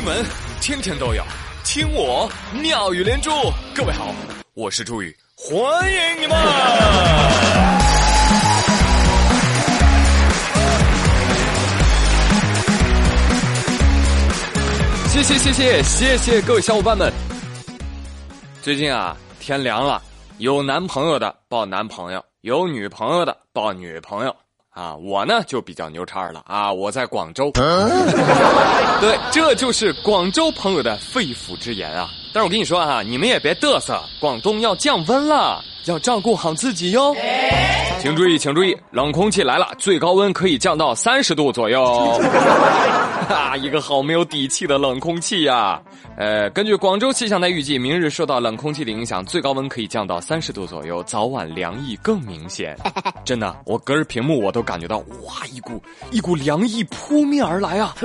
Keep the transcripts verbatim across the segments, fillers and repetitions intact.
闻天天都有，听我妙语连珠。各位好，我是朱宇，欢迎你们！谢谢谢谢谢谢各位小伙伴们。最近啊，天凉了，有男朋友的抱男朋友，有女朋友的抱女朋友。啊，我呢就比较牛叉了啊！我在广州，对，这就是广州朋友的肺腑之言啊！但是我跟你说啊，你们也别嘚瑟，广东要降温了，要照顾好自己哟。请注意，请注意，冷空气来了，最高温可以降到三十度左右。啊，一个好没有底气的冷空气呀、啊！呃，根据广州气象台预计，明日受到冷空气的影响，最高温可以降到三十度左右，早晚凉意更明显。真的，我隔着屏幕我都感觉到，哇，一股一股凉意扑面而来啊！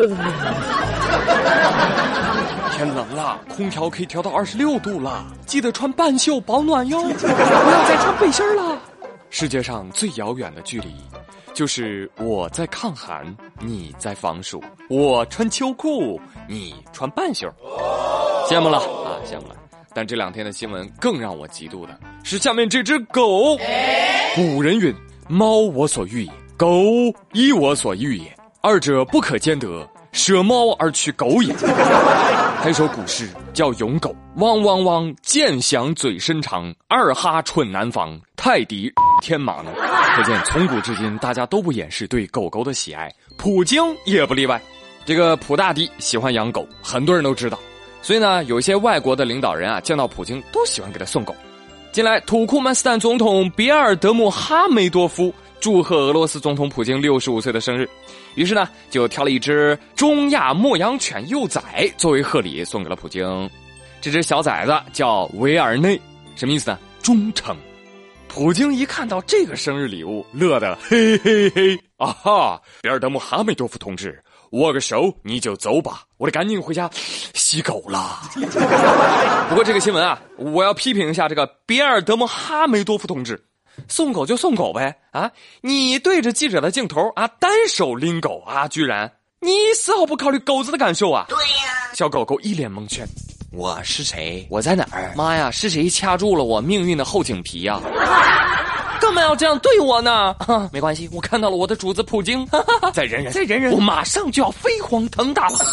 天冷了，空调可以调到二十六度了，记得穿半袖保暖哟，不要再穿背心了。世界上最遥远的距离，就是我在抗寒，你在防暑，我穿秋裤，你穿半袖。羡慕了啊，羡慕了。但这两天的新闻更让我嫉妒的是下面这只狗。古人云：猫我所欲也，狗亦我所欲也，二者不可兼得，舍猫而取狗也。还有首古诗叫《咏狗》，汪汪汪，剑响嘴伸长，二哈蠢难防，泰迪天盲。可见从古至今大家都不掩饰对狗狗的喜爱，普京也不例外。这个普大帝喜欢养狗，很多人都知道，所以呢，有些外国的领导人啊，见到普京都喜欢给他送狗。近来土库曼斯坦总统别尔德穆哈梅多夫祝贺俄罗斯总统普京六十五岁的生日，于是呢就挑了一只中亚牧羊犬幼崽作为贺礼送给了普京。这只小崽子叫维尔内，什么意思呢？忠诚。普京一看到这个生日礼物，乐得嘿嘿嘿啊哈！别尔德穆哈梅多夫同志，握个手你就走吧，我得赶紧回家洗狗了。不过这个新闻啊，我要批评一下这个别尔德穆哈梅多夫同志，送狗就送狗呗啊！你对着记者的镜头啊，单手拎狗啊，居然你丝毫不考虑狗子的感受啊！对呀，小狗狗一脸蒙圈。我是谁？我在哪儿？妈呀，是谁掐住了我命运的后颈皮呀、啊？干嘛要这样对我呢？啊，没关系，我看到了我的主子普京，哈哈哈，再忍忍，再忍忍，我马上就要飞黄腾达了。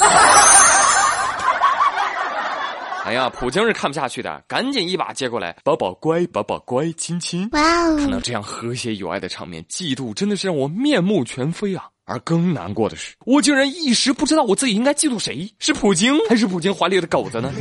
哎呀，普京是看不下去的，赶紧一把接过来，宝宝乖，宝宝乖，亲亲。哇哦！看到这样和谐有爱的场面，嫉妒真的是让我面目全非啊！而更难过的是，我竟然一时不知道我自己应该嫉妒谁，是普京还是普京怀里的狗子呢？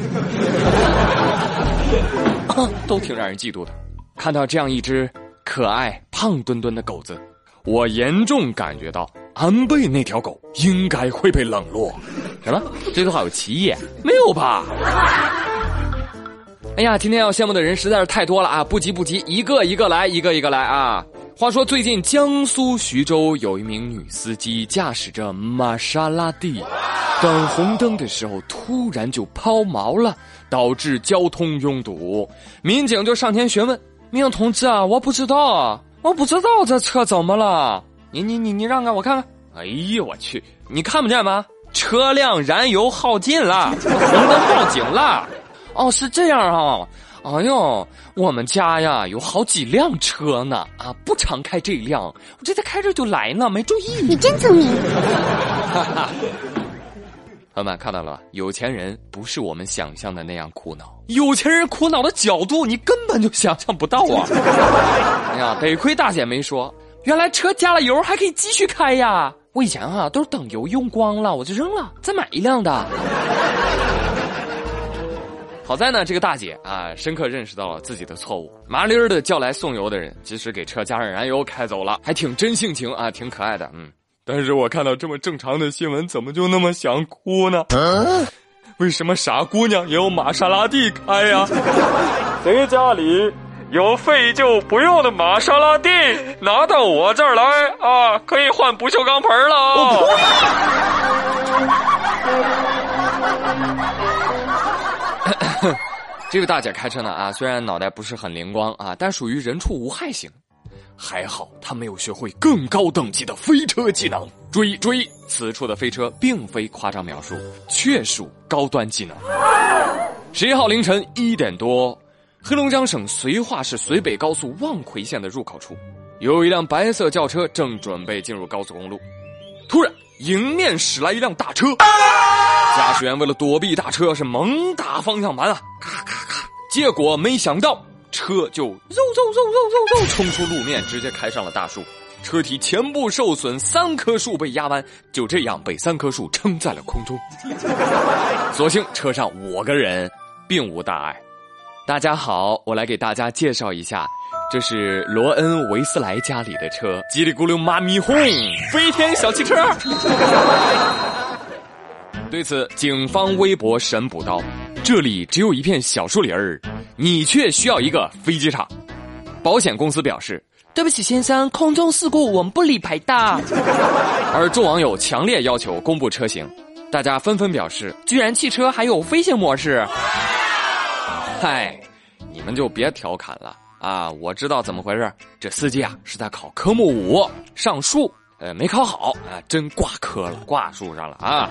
啊，都挺让人嫉妒的。看到这样一只可爱胖墩墩的狗子，我严重感觉到安倍那条狗应该会被冷落。什么？这句话有歧义？没有吧？哎呀，今天要羡慕的人实在是太多了啊！不急不急，一个一个来，一个一个来啊！话说最近江苏徐州有一名女司机驾驶着玛莎拉蒂，等红灯的时候突然就抛锚了，导致交通拥堵。民警就上前询问：民警同志啊，我不知道，我不知道这车怎么了？你你你你让开我看看。哎呦我去，你看不见吗？车辆燃油耗尽了，红灯报警了。哦，是这样啊。哎呦，我们家呀有好几辆车呢，啊，不常开这一辆，我这才开着就来呢，没注意。 你真聪明。 朋友们看到了，有钱人不是我们想象的那样苦恼，有钱人苦恼的角度你根本就想象不到啊！哎呀，得亏大姐没说，原来车加了油还可以继续开呀！我以前啊都是等油用光了我就扔了，再买一辆的。好在呢，这个大姐啊，深刻认识到了自己的错误，麻利儿的叫来送油的人，及时给车加上燃油开走了，还挺真性情啊，挺可爱的，嗯。但是我看到这么正常的新闻，怎么就那么想哭呢？啊、为什么傻姑娘也有玛莎拉蒂开呀、啊？谁家里有废旧不用的玛莎拉蒂，拿到我这儿来啊，可以换不锈钢盆了、哦。这位大姐开车呢啊，虽然脑袋不是很灵光啊，但属于人畜无害型。 还好他没有学会更高等级的飞车技能。注意注意，此处的飞车并非夸张描述，确属高端技能。十一号凌晨一点多，黑龙江省绥化市绥北高速望奎县的入口处，有一辆白色轿车正准备进入高速公路，突然迎面驶来一辆大车，驾驶员为了躲避大车是猛打方向盘啊，咔咔咔，结果没想到车就嗖嗖嗖嗖嗖嗖冲出路面，直接开上了大树，车体前部受损，三棵树被压弯，就这样被三棵树撑在了空中。所幸车上我个人并无大碍。大家好，我来给大家介绍一下，这是罗恩维斯莱家里的车，叽里咕噜妈咪轰，飞天小汽车。对此，警方微博神补刀：这里只有一片小树林儿，你却需要一个飞机场。保险公司表示，对不起先生，空中事故我们不理赔的。而众网友强烈要求公布车型，大家纷纷表示，居然汽车还有飞行模式。嗨，你们就别调侃了啊！我知道怎么回事，这司机啊是在考科目五上树，呃，没考好啊，真挂科了，挂树上了啊。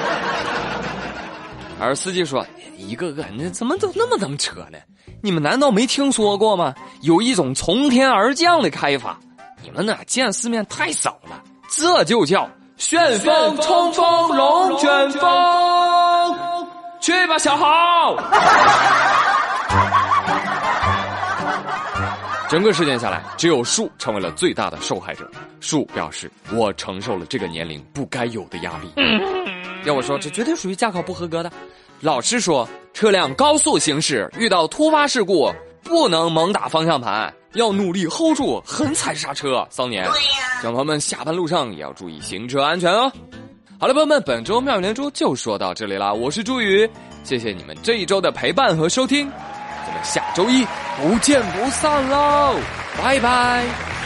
而司机说，一个个那怎么都那么能扯呢？你们难道没听说过吗？有一种从天而降的开法，你们呢见世面太少了，这就叫旋风冲锋龙卷风，去吧小豪。整个事件下来，只有树成为了最大的受害者。树表示，我承受了这个年龄不该有的压力。要我说，这绝对属于驾考不合格的。老师说，车辆高速行驶遇到突发事故不能猛打方向盘，要努力 hold 住，狠踩刹车。骚年，小朋友们下班路上也要注意行车安全哦。好了，朋友们，本周妙语连珠就说到这里啦，我是朱宇，谢谢你们这一周的陪伴和收听，咱们下周一不见不散喽，拜拜。